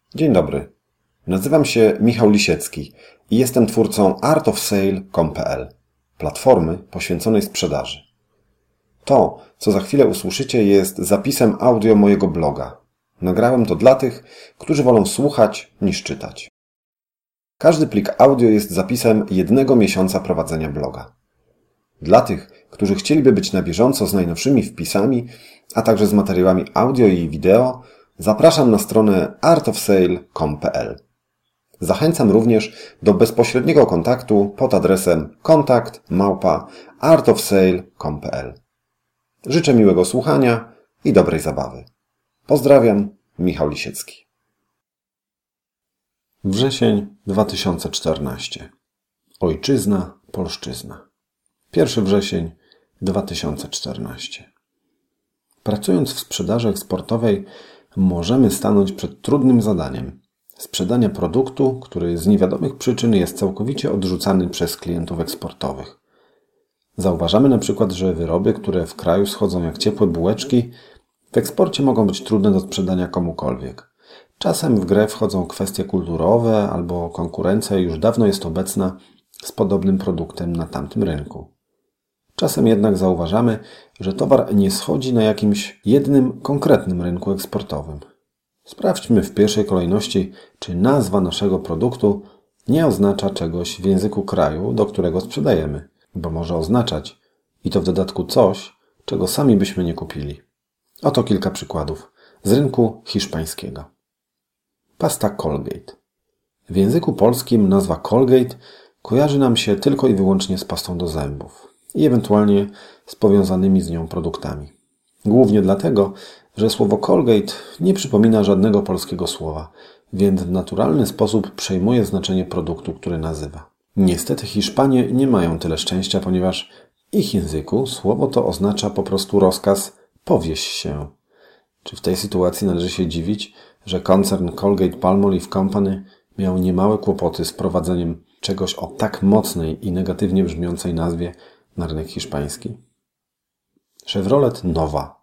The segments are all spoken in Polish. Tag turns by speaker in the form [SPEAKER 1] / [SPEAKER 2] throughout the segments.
[SPEAKER 1] Dzień dobry. Nazywam się Michał Lisiecki i jestem twórcą artofsale.com.pl, platformy poświęconej sprzedaży. To, co za chwilę usłyszycie, jest zapisem audio mojego bloga. Nagrałem to dla tych, którzy wolą słuchać niż czytać. Każdy plik audio jest zapisem 1 miesiąca prowadzenia bloga. Dla tych, którzy chcieliby być na bieżąco z najnowszymi wpisami, a także z materiałami audio i wideo, zapraszam na stronę artofsale.com.pl. Zachęcam również do bezpośredniego kontaktu pod adresem kontakt@artofsale.com.pl. Życzę miłego słuchania i dobrej zabawy. Pozdrawiam, Michał Lisiecki. Wrzesień 2014. Ojczyzna, polszczyzna. 1 wrzesień 2014. Pracując w sprzedaży eksportowej możemy stanąć przed trudnym zadaniem sprzedania produktu, który z niewiadomych przyczyn jest całkowicie odrzucany przez klientów eksportowych. Zauważamy na przykład, że wyroby, które w kraju schodzą jak ciepłe bułeczki, w eksporcie mogą być trudne do sprzedania komukolwiek. Czasem w grę wchodzą kwestie kulturowe albo konkurencja już dawno jest obecna z podobnym produktem na tamtym rynku. Czasem jednak zauważamy, że towar nie schodzi na jakimś jednym konkretnym rynku eksportowym. Sprawdźmy w pierwszej kolejności, czy nazwa naszego produktu nie oznacza czegoś w języku kraju, do którego sprzedajemy, bo może oznaczać i to w dodatku coś, czego sami byśmy nie kupili. Oto kilka przykładów z rynku hiszpańskiego. Pasta Colgate. W języku polskim nazwa Colgate kojarzy nam się tylko i wyłącznie z pastą do zębów i ewentualnie z powiązanymi z nią produktami. Głównie dlatego, że słowo Colgate nie przypomina żadnego polskiego słowa, więc w naturalny sposób przejmuje znaczenie produktu, który nazywa. Niestety Hiszpanie nie mają tyle szczęścia, ponieważ w ich języku słowo to oznacza po prostu rozkaz powieś się. Czy w tej sytuacji należy się dziwić, że koncern Colgate-Palmolive Company miał niemałe kłopoty z wprowadzeniem czegoś o tak mocnej i negatywnie brzmiącej nazwie na rynek hiszpański? Chevrolet Nova.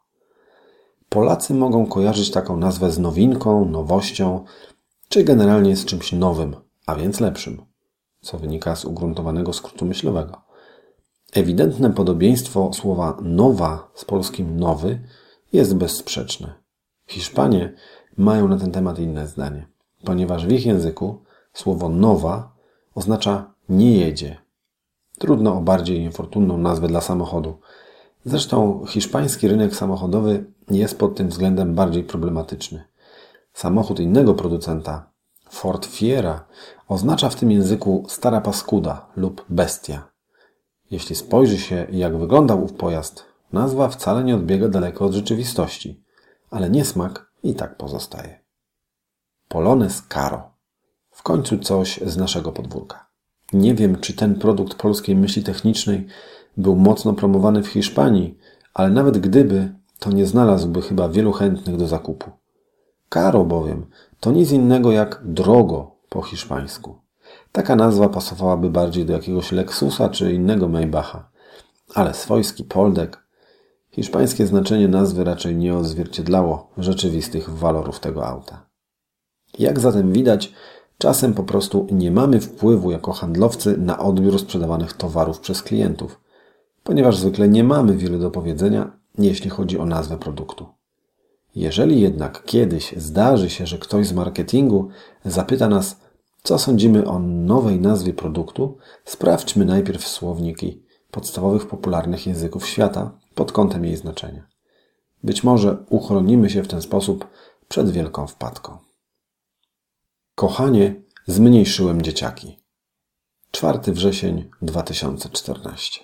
[SPEAKER 1] Polacy mogą kojarzyć taką nazwę z nowinką, nowością, czy generalnie z czymś nowym, a więc lepszym, co wynika z ugruntowanego skrótu myślowego. Ewidentne podobieństwo słowa nowa z polskim nowy jest bezsprzeczne. Hiszpanie mają na ten temat inne zdanie, ponieważ w ich języku słowo nowa oznacza nie jedzie. Trudno o bardziej niefortunną nazwę dla samochodu. Zresztą hiszpański rynek samochodowy jest pod tym względem bardziej problematyczny. Samochód innego producenta, Ford Fiera, oznacza w tym języku stara paskuda lub bestia. Jeśli spojrzy się, jak wyglądał ów pojazd, nazwa wcale nie odbiega daleko od rzeczywistości, ale niesmak i tak pozostaje. Polones Caro. W końcu coś z naszego podwórka. Nie wiem, czy ten produkt polskiej myśli technicznej był mocno promowany w Hiszpanii, ale nawet gdyby, to nie znalazłby chyba wielu chętnych do zakupu. Caro bowiem to nic innego jak drogo po hiszpańsku. Taka nazwa pasowałaby bardziej do jakiegoś Lexusa czy innego Maybacha, ale swojski Poldek. Hiszpańskie znaczenie nazwy raczej nie odzwierciedlało rzeczywistych walorów tego auta. Jak zatem widać, czasem po prostu nie mamy wpływu jako handlowcy na odbiór sprzedawanych towarów przez klientów, ponieważ zwykle nie mamy wiele do powiedzenia, jeśli chodzi o nazwę produktu. Jeżeli jednak kiedyś zdarzy się, że ktoś z marketingu zapyta nas, co sądzimy o nowej nazwie produktu, sprawdźmy najpierw słowniki podstawowych popularnych języków świata pod kątem jej znaczenia. Być może uchronimy się w ten sposób przed wielką wpadką. Kochanie, zmniejszyłem dzieciaki. 4 wrzesień 2014.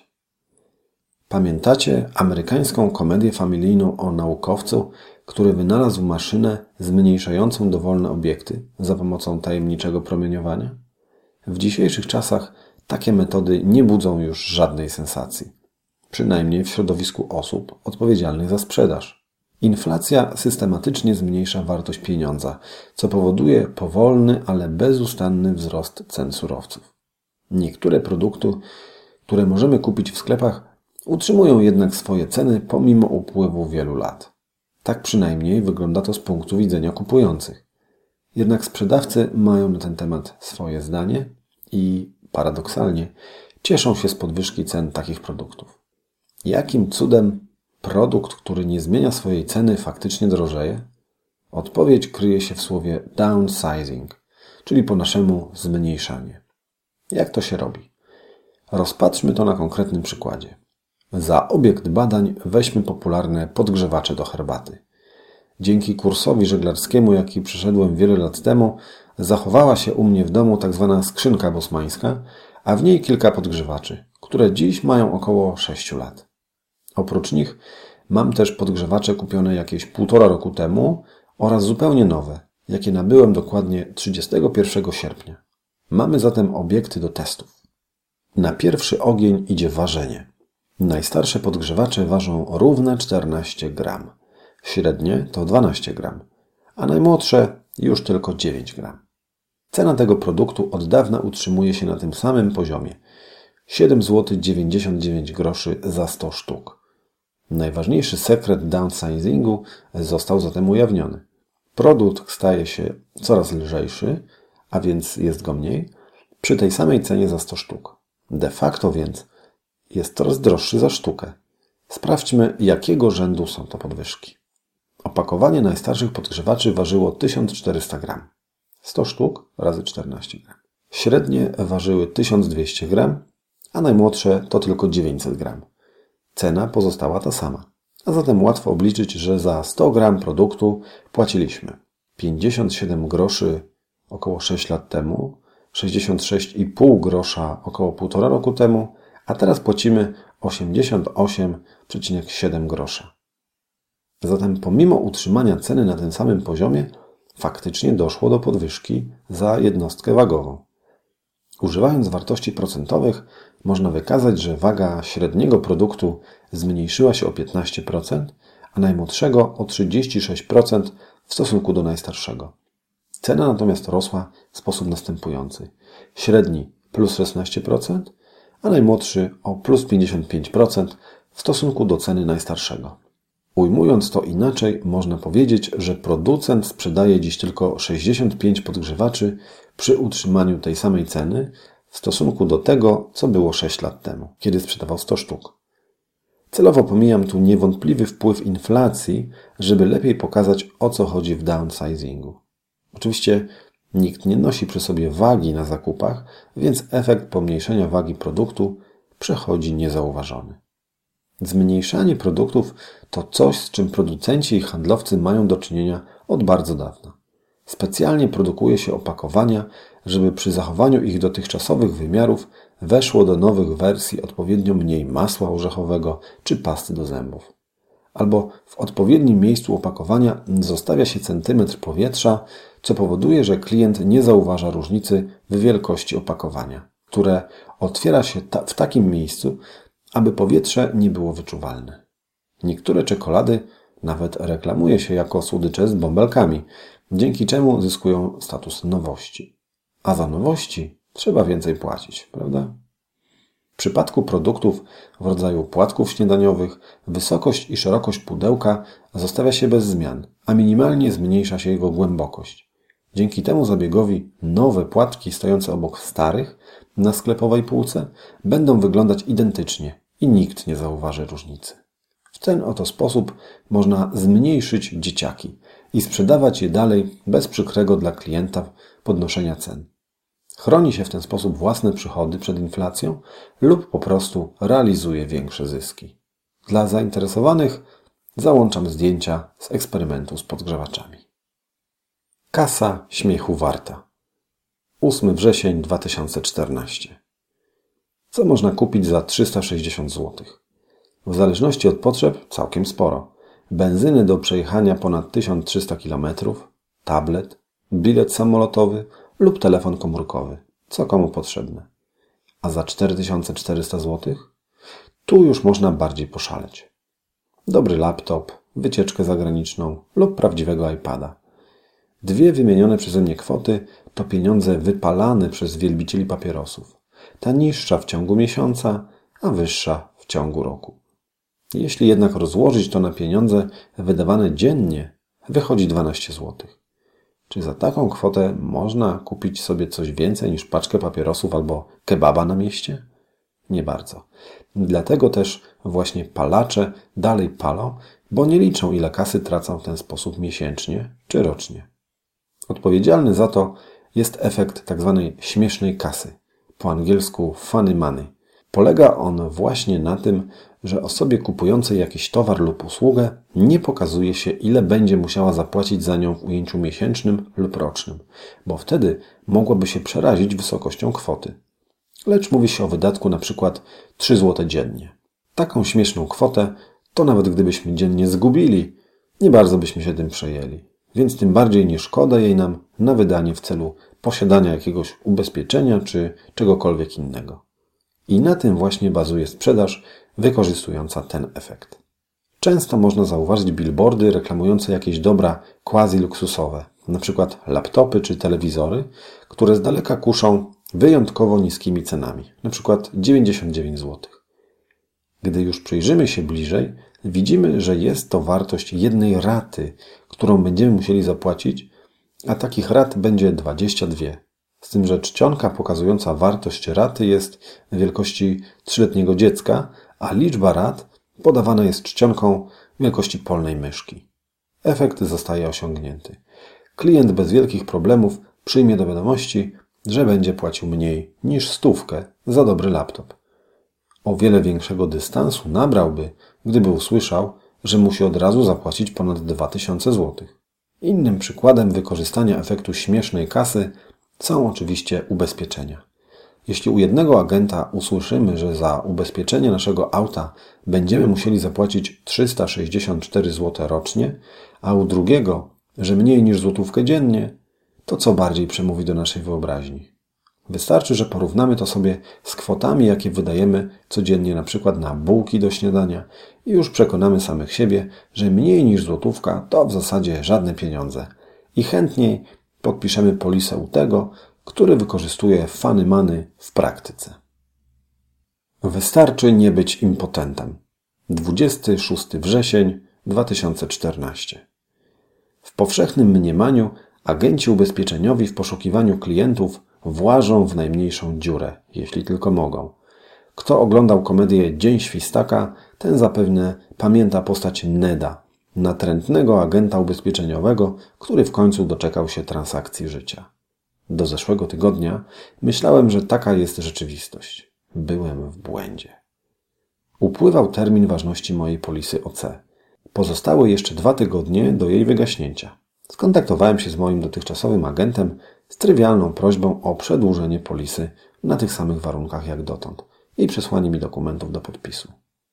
[SPEAKER 1] Pamiętacie amerykańską komedię familijną o naukowcu, który wynalazł maszynę zmniejszającą dowolne obiekty za pomocą tajemniczego promieniowania? W dzisiejszych czasach takie metody nie budzą już żadnej sensacji. Przynajmniej w środowisku osób odpowiedzialnych za sprzedaż. Inflacja systematycznie zmniejsza wartość pieniądza, co powoduje powolny, ale bezustanny wzrost cen surowców. Niektóre produkty, które możemy kupić w sklepach, utrzymują jednak swoje ceny pomimo upływu wielu lat. Tak przynajmniej wygląda to z punktu widzenia kupujących. Jednak sprzedawcy mają na ten temat swoje zdanie i paradoksalnie cieszą się z podwyżki cen takich produktów. Jakim cudem produkt, który nie zmienia swojej ceny, faktycznie drożeje? Odpowiedź kryje się w słowie downsizing, czyli po naszemu zmniejszanie. Jak to się robi? Rozpatrzmy to na konkretnym przykładzie. Za obiekt badań weźmy popularne podgrzewacze do herbaty. Dzięki kursowi żeglarskiemu, jaki przeszedłem wiele lat temu, zachowała się u mnie w domu tzw. skrzynka bosmańska, a w niej kilka podgrzewaczy, które dziś mają około 6 lat. Oprócz nich mam też podgrzewacze kupione jakieś 1,5 roku temu oraz zupełnie nowe, jakie nabyłem dokładnie 31 sierpnia. Mamy zatem obiekty do testów. Na pierwszy ogień idzie ważenie. Najstarsze podgrzewacze ważą równe 14 gram. Średnie to 12 gram, a najmłodsze już tylko 9 gram. Cena tego produktu od dawna utrzymuje się na tym samym poziomie. 7,99 zł za 100 sztuk. Najważniejszy sekret downsizingu został zatem ujawniony. Produkt staje się coraz lżejszy, a więc jest go mniej, przy tej samej cenie za 100 sztuk. De facto więc jest coraz droższy za sztukę. Sprawdźmy, jakiego rzędu są to podwyżki. Opakowanie najstarszych podgrzewaczy ważyło 1400 gram. 100 sztuk razy 14 gram. Średnie ważyły 1200 gram, a najmłodsze to tylko 900 gram. Cena pozostała ta sama. A zatem łatwo obliczyć, że za 100 gram produktu płaciliśmy 57 groszy około 6 lat temu, 66,5 grosza około 1,5 roku temu, a teraz płacimy 88,7 grosza. Zatem pomimo utrzymania ceny na tym samym poziomie, faktycznie doszło do podwyżki za jednostkę wagową. Używając wartości procentowych, można wykazać, że waga średniego produktu zmniejszyła się o 15%, a najmłodszego o 36% w stosunku do najstarszego. Cena natomiast rosła w sposób następujący. Średni plus 16%, a najmłodszy o plus 55% w stosunku do ceny najstarszego. Ujmując to inaczej, można powiedzieć, że producent sprzedaje dziś tylko 65 podgrzewaczy przy utrzymaniu tej samej ceny w stosunku do tego, co było 6 lat temu, kiedy sprzedawał 100 sztuk. Celowo pomijam tu niewątpliwy wpływ inflacji, żeby lepiej pokazać, o co chodzi w downsizingu. Oczywiście nikt nie nosi przy sobie wagi na zakupach, więc efekt pomniejszenia wagi produktu przechodzi niezauważony. Zmniejszanie produktów to coś, z czym producenci i handlowcy mają do czynienia od bardzo dawna. Specjalnie produkuje się opakowania, żeby przy zachowaniu ich dotychczasowych wymiarów weszło do nowych wersji odpowiednio mniej masła orzechowego czy pasty do zębów. Albo w odpowiednim miejscu opakowania zostawia się centymetr powietrza, co powoduje, że klient nie zauważa różnicy w wielkości opakowania, które otwiera się w takim miejscu, aby powietrze nie było wyczuwalne. Niektóre czekolady nawet reklamuje się jako słodycze z bąbelkami, dzięki czemu zyskują status nowości. A za nowości trzeba więcej płacić, prawda? W przypadku produktów w rodzaju płatków śniadaniowych wysokość i szerokość pudełka zostawia się bez zmian, a minimalnie zmniejsza się jego głębokość. Dzięki temu zabiegowi nowe płatki stojące obok starych na sklepowej półce będą wyglądać identycznie i nikt nie zauważy różnicy. W ten oto sposób można zmniejszyć dzieciaki i sprzedawać je dalej bez przykrego dla klienta podnoszenia cen. Chroni się w ten sposób własne przychody przed inflacją lub po prostu realizuje większe zyski. Dla zainteresowanych załączam zdjęcia z eksperymentu z podgrzewaczami. Kasa śmiechu warta. 8 wrzesień 2014. Co można kupić za 360 zł? W zależności od potrzeb całkiem sporo. Benzyny do przejechania ponad 1300 km, tablet, bilet samolotowy lub telefon komórkowy. Co komu potrzebne. A za 4400 zł? Tu już można bardziej poszaleć. Dobry laptop, wycieczkę zagraniczną lub prawdziwego iPada. Dwie wymienione przeze mnie kwoty to pieniądze wypalane przez wielbicieli papierosów. Ta niższa w ciągu miesiąca, a wyższa w ciągu roku. Jeśli jednak rozłożyć to na pieniądze wydawane dziennie, wychodzi 12 zł. Czy za taką kwotę można kupić sobie coś więcej niż paczkę papierosów albo kebaba na mieście? Nie bardzo. Dlatego też właśnie palacze dalej palą, bo nie liczą, ile kasy tracą w ten sposób miesięcznie czy rocznie. Odpowiedzialny za to jest efekt tzw. śmiesznej kasy, po angielsku funny money. Polega on właśnie na tym, że osobie kupującej jakiś towar lub usługę nie pokazuje się, ile będzie musiała zapłacić za nią w ujęciu miesięcznym lub rocznym, bo wtedy mogłaby się przerazić wysokością kwoty. Lecz mówi się o wydatku na przykład 3 zł dziennie. Taką śmieszną kwotę to nawet gdybyśmy dziennie zgubili, nie bardzo byśmy się tym przejęli. Więc tym bardziej nie szkoda jej nam na wydanie w celu posiadania jakiegoś ubezpieczenia czy czegokolwiek innego. I na tym właśnie bazuje sprzedaż wykorzystująca ten efekt. Często można zauważyć billboardy reklamujące jakieś dobra quasi-luksusowe, np. laptopy czy telewizory, które z daleka kuszą wyjątkowo niskimi cenami, np. 99 zł. Gdy już przyjrzymy się bliżej, widzimy, że jest to wartość jednej raty, którą będziemy musieli zapłacić, a takich rat będzie 22. Z tym, że czcionka pokazująca wartość raty jest wielkości 3-letniego dziecka, a liczba rat podawana jest czcionką wielkości polnej myszki. Efekt zostaje osiągnięty. Klient bez wielkich problemów przyjmie do wiadomości, że będzie płacił mniej niż 100 za dobry laptop. O wiele większego dystansu nabrałby, gdyby usłyszał, że musi od razu zapłacić ponad 2000 zł. Innym przykładem wykorzystania efektu śmiesznej kasy są oczywiście ubezpieczenia. Jeśli u jednego agenta usłyszymy, że za ubezpieczenie naszego auta będziemy musieli zapłacić 364 zł rocznie, a u drugiego, że mniej niż złotówkę dziennie, to co bardziej przemówi do naszej wyobraźni? Wystarczy, że porównamy to sobie z kwotami, jakie wydajemy codziennie na przykład na bułki do śniadania i już przekonamy samych siebie, że mniej niż złotówka to w zasadzie żadne pieniądze i chętniej podpiszemy polisę u tego, który wykorzystuje funny money w praktyce. Wystarczy nie być impotentem. 26 wrzesień 2014. W powszechnym mniemaniu agenci ubezpieczeniowi w poszukiwaniu klientów włażą w najmniejszą dziurę, jeśli tylko mogą. Kto oglądał komedię Dzień Świstaka, ten zapewne pamięta postać Neda, natrętnego agenta ubezpieczeniowego, który w końcu doczekał się transakcji życia. Do zeszłego tygodnia myślałem, że taka jest rzeczywistość. Byłem w błędzie. Upływał termin ważności mojej polisy OC. Pozostały jeszcze 2 tygodnie do jej wygaśnięcia. Skontaktowałem się z moim dotychczasowym agentem z trywialną prośbą o przedłużenie polisy na tych samych warunkach jak dotąd i przesłanie mi dokumentów do podpisu.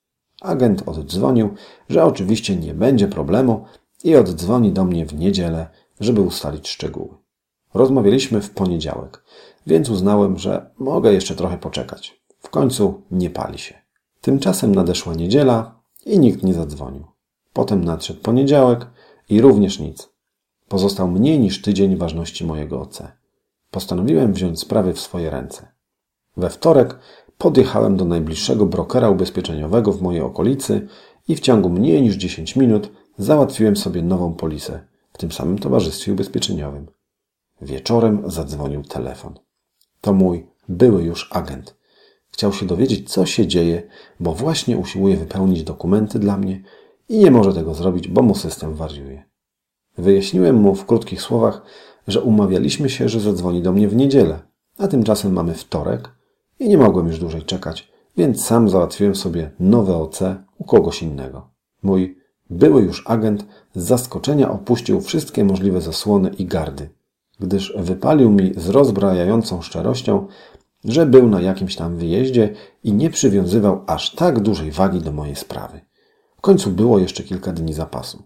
[SPEAKER 1] Agent oddzwonił, że oczywiście nie będzie problemu i oddzwoni do mnie w niedzielę, żeby ustalić szczegóły. Rozmawialiśmy w poniedziałek, więc uznałem, że mogę jeszcze trochę poczekać. W końcu nie pali się. Tymczasem nadeszła niedziela i nikt nie zadzwonił. Potem nadszedł poniedziałek i również nic. Pozostał mniej niż tydzień ważności mojego OC. Postanowiłem wziąć sprawy w swoje ręce. We wtorek podjechałem do najbliższego brokera ubezpieczeniowego w mojej okolicy i w ciągu mniej niż 10 minut załatwiłem sobie nową polisę w tym samym towarzystwie ubezpieczeniowym. Wieczorem zadzwonił telefon. To mój były już agent. Chciał się dowiedzieć, co się dzieje, bo właśnie usiłuje wypełnić dokumenty dla mnie i nie może tego zrobić, bo mu system wariuje. Wyjaśniłem mu w krótkich słowach, że umawialiśmy się, że zadzwoni do mnie w niedzielę, a tymczasem mamy wtorek i nie mogłem już dłużej czekać, więc sam załatwiłem sobie nowe OC u kogoś innego. Mój były już agent z zaskoczenia opuścił wszystkie możliwe zasłony i gardy, gdyż wypalił mi z rozbrajającą szczerością, że był na jakimś tam wyjeździe i nie przywiązywał aż tak dużej wagi do mojej sprawy. W końcu było jeszcze kilka dni zapasu.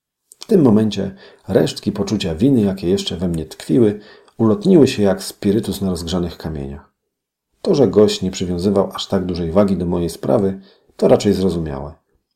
[SPEAKER 1] W tym momencie resztki poczucia winy, jakie jeszcze we mnie tkwiły, ulotniły się jak spirytus na rozgrzanych kamieniach. To, że gość nie przywiązywał aż tak dużej wagi do mojej sprawy, to raczej zrozumiałe.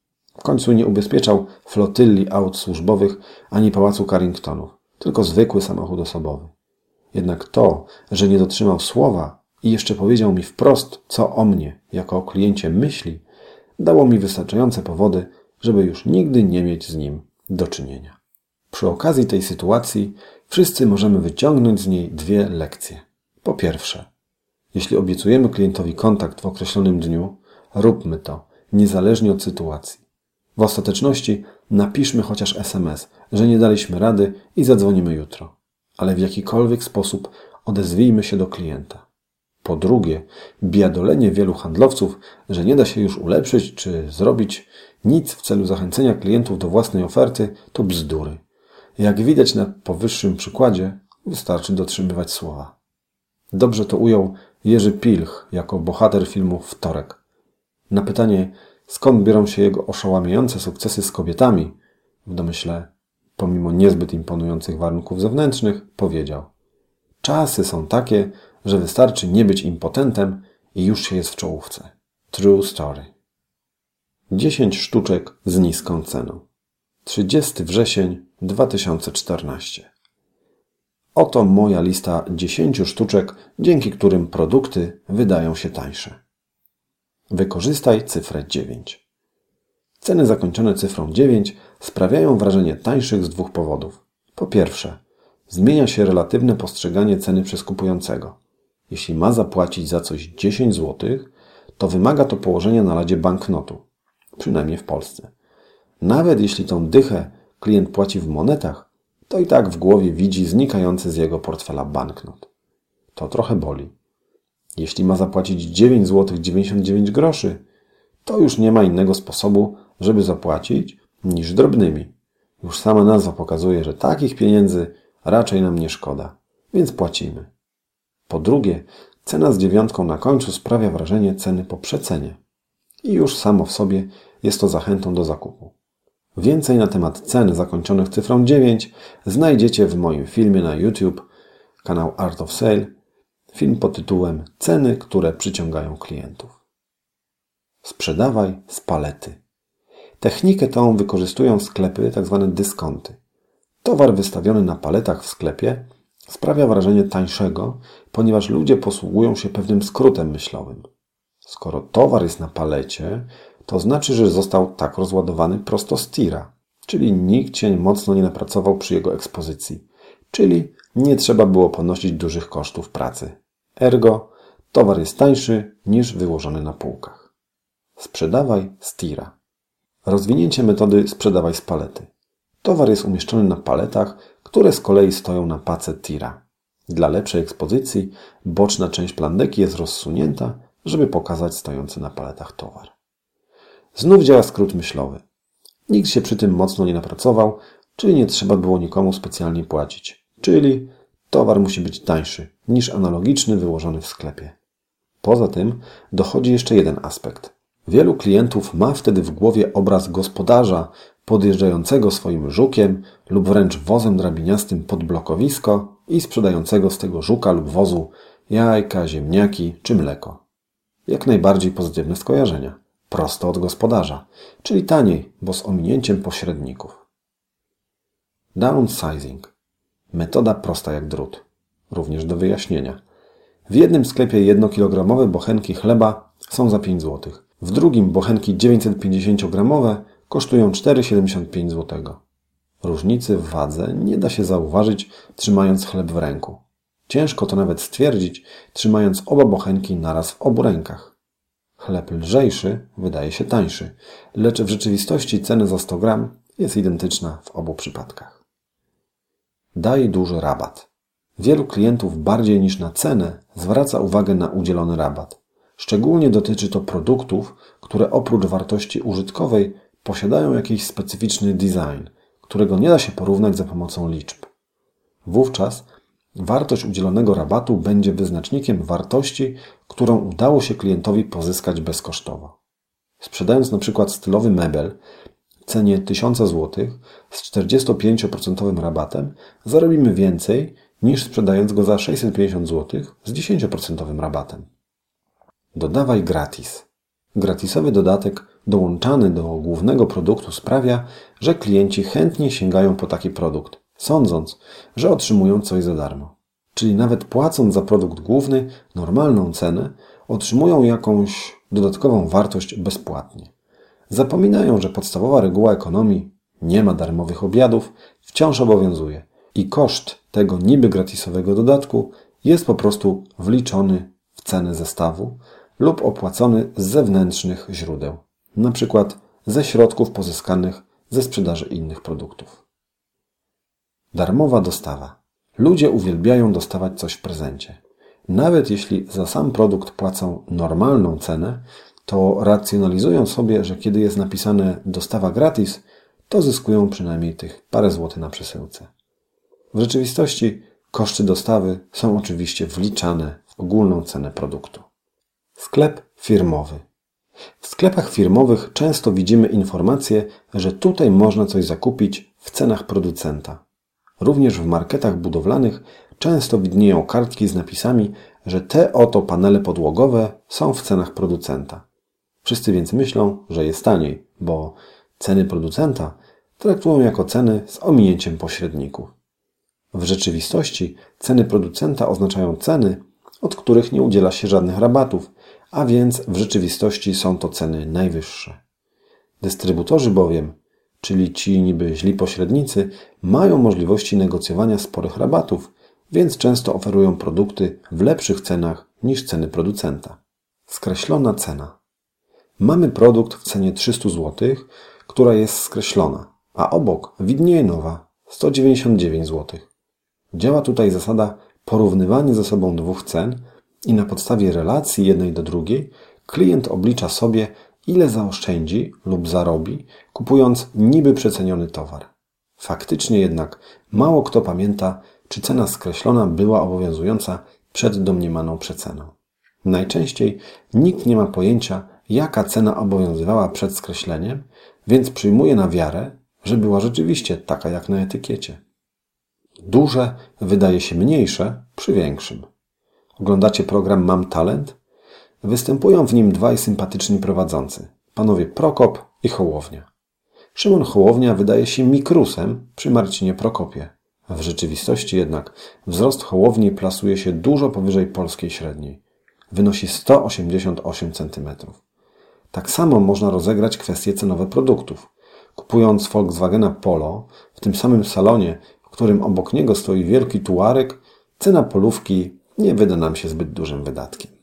[SPEAKER 1] W końcu nie ubezpieczał flotylli aut służbowych ani pałacu Carringtonów, tylko zwykły samochód osobowy. Jednak to, że nie dotrzymał słowa i jeszcze powiedział mi wprost, co o mnie, jako o kliencie myśli, dało mi wystarczające powody, żeby już nigdy nie mieć z nim do czynienia. Przy okazji tej sytuacji wszyscy możemy wyciągnąć z niej dwie lekcje. Po pierwsze, jeśli obiecujemy klientowi kontakt w określonym dniu, róbmy to, niezależnie od sytuacji. W ostateczności napiszmy chociaż SMS, że nie daliśmy rady i zadzwonimy jutro. Ale w jakikolwiek sposób odezwijmy się do klienta. Po drugie, biadolenie wielu handlowców, że nie da się już ulepszyć czy zrobić nic w celu zachęcenia klientów do własnej oferty, to bzdury. Jak widać na powyższym przykładzie, wystarczy dotrzymywać słowa. Dobrze to ujął Jerzy Pilch jako bohater filmu Wtorek. Na pytanie, skąd biorą się jego oszałamiające sukcesy z kobietami, w domyśle, pomimo niezbyt imponujących warunków zewnętrznych, powiedział: czasy są takie, że wystarczy nie być impotentem i już się jest w czołówce. True story. 10 sztuczek z niską ceną. 30 wrzesień 2014. Oto moja lista 10 sztuczek, dzięki którym produkty wydają się tańsze. Wykorzystaj cyfrę 9. Ceny zakończone cyfrą 9 sprawiają wrażenie tańszych z dwóch powodów. Po pierwsze, zmienia się relatywne postrzeganie ceny przez kupującego. Jeśli ma zapłacić za coś 10 zł, to wymaga to położenia na ladzie banknotu. Przynajmniej w Polsce. Nawet jeśli tą dychę klient płaci w monetach, to i tak w głowie widzi znikający z jego portfela banknot. To trochę boli. Jeśli ma zapłacić 9 zł 99 groszy, to już nie ma innego sposobu, żeby zapłacić, niż drobnymi. Już sama nazwa pokazuje, że takich pieniędzy raczej nam nie szkoda, więc płacimy. Po drugie, cena z 9 na końcu sprawia wrażenie ceny po przecenie. I już samo w sobie jest to zachętą do zakupu. Więcej na temat cen zakończonych cyfrą 9 znajdziecie w moim filmie na YouTube, kanał Art of Sale, film pod tytułem Ceny, które przyciągają klientów. Sprzedawaj z palety. Technikę tą wykorzystują sklepy, tzw. dyskonty. Towar wystawiony na paletach w sklepie sprawia wrażenie tańszego, ponieważ ludzie posługują się pewnym skrótem myślowym. Skoro towar jest na palecie, to znaczy, że został tak rozładowany prosto z tira, czyli nikt się mocno nie napracował przy jego ekspozycji, czyli nie trzeba było ponosić dużych kosztów pracy. Ergo, towar jest tańszy niż wyłożony na półkach. Sprzedawaj z tira. Rozwinięcie metody sprzedawaj z palety. Towar jest umieszczony na paletach, które z kolei stoją na pace tira. Dla lepszej ekspozycji boczna część plandeki jest rozsunięta, żeby pokazać stojący na paletach towar. Znów działa skrót myślowy. Nikt się przy tym mocno nie napracował, czyli nie trzeba było nikomu specjalnie płacić. Czyli towar musi być tańszy niż analogiczny wyłożony w sklepie. Poza tym dochodzi jeszcze jeden aspekt. Wielu klientów ma wtedy w głowie obraz gospodarza podjeżdżającego swoim żukiem lub wręcz wozem drabiniastym pod blokowisko i sprzedającego z tego żuka lub wozu jajka, ziemniaki czy mleko. Jak najbardziej pozytywne skojarzenia. Prosto od gospodarza, czyli taniej, bo z ominięciem pośredników. Downsizing. Metoda prosta jak drut. Również do wyjaśnienia. W jednym sklepie 1-kilogramowe bochenki chleba są za 5 zł. W drugim bochenki 950-gramowe kosztują 4,75 zł. Różnicy w wadze nie da się zauważyć, trzymając chleb w ręku. Ciężko to nawet stwierdzić, trzymając oba bochenki naraz w obu rękach. Chleb lżejszy wydaje się tańszy, lecz w rzeczywistości cena za 100 gram jest identyczna w obu przypadkach. Daj duży rabat. Wielu klientów bardziej niż na cenę zwraca uwagę na udzielony rabat. Szczególnie dotyczy to produktów, które oprócz wartości użytkowej posiadają jakiś specyficzny design, którego nie da się porównać za pomocą liczb. Wówczas wartość udzielonego rabatu będzie wyznacznikiem wartości, którą udało się klientowi pozyskać bezkosztowo. Sprzedając na przykład stylowy mebel w cenie 1000 zł z 45% rabatem, zarobimy więcej niż sprzedając go za 650 zł z 10% rabatem. Dodawaj gratis. Gratisowy dodatek dołączany do głównego produktu sprawia, że klienci chętnie sięgają po taki produkt, sądząc, że otrzymują coś za darmo. Czyli nawet płacąc za produkt główny normalną cenę, otrzymują jakąś dodatkową wartość bezpłatnie. Zapominają, że podstawowa reguła ekonomii nie ma darmowych obiadów, wciąż obowiązuje i koszt tego niby gratisowego dodatku jest po prostu wliczony w cenę zestawu lub opłacony z zewnętrznych źródeł, np. ze środków pozyskanych ze sprzedaży innych produktów. Darmowa dostawa. Ludzie uwielbiają dostawać coś w prezencie. Nawet jeśli za sam produkt płacą normalną cenę, to racjonalizują sobie, że kiedy jest napisane dostawa gratis, to zyskują przynajmniej tych parę złotych na przesyłce. W rzeczywistości koszty dostawy są oczywiście wliczane w ogólną cenę produktu. Sklep firmowy. W sklepach firmowych często widzimy informacje, że tutaj można coś zakupić w cenach producenta. Również w marketach budowlanych często widnieją kartki z napisami, że te oto panele podłogowe są w cenach producenta. Wszyscy więc myślą, że jest taniej, bo ceny producenta traktują jako ceny z ominięciem pośredników. W rzeczywistości ceny producenta oznaczają ceny, od których nie udziela się żadnych rabatów, a więc w rzeczywistości są to ceny najwyższe. Dystrybutorzy bowiem, czyli ci niby źli pośrednicy, mają możliwości negocjowania sporych rabatów, więc często oferują produkty w lepszych cenach niż ceny producenta. Skreślona cena. Mamy produkt w cenie 300 zł, która jest skreślona, a obok widnieje nowa 199 zł. Działa tutaj zasada porównywania ze sobą dwóch cen i na podstawie relacji jednej do drugiej klient oblicza sobie, ile zaoszczędzi lub zarobi, kupując niby przeceniony towar. Faktycznie jednak mało kto pamięta, czy cena skreślona była obowiązująca przed domniemaną przeceną. Najczęściej nikt nie ma pojęcia, jaka cena obowiązywała przed skreśleniem, więc przyjmuje na wiarę, że była rzeczywiście taka jak na etykiecie. Duże wydaje się mniejsze przy większym. Oglądacie program Mam Talent? Występują w nim dwaj sympatyczni prowadzący, panowie Prokop i Hołownia. Szymon Hołownia wydaje się mikrusem przy Marcinie Prokopie. W rzeczywistości jednak wzrost Hołowni plasuje się dużo powyżej polskiej średniej. Wynosi 188 cm. Tak samo można rozegrać kwestie cenowe produktów. Kupując Volkswagena Polo w tym samym salonie, w którym obok niego stoi wielki tuareg, cena polówki nie wyda nam się zbyt dużym wydatkiem.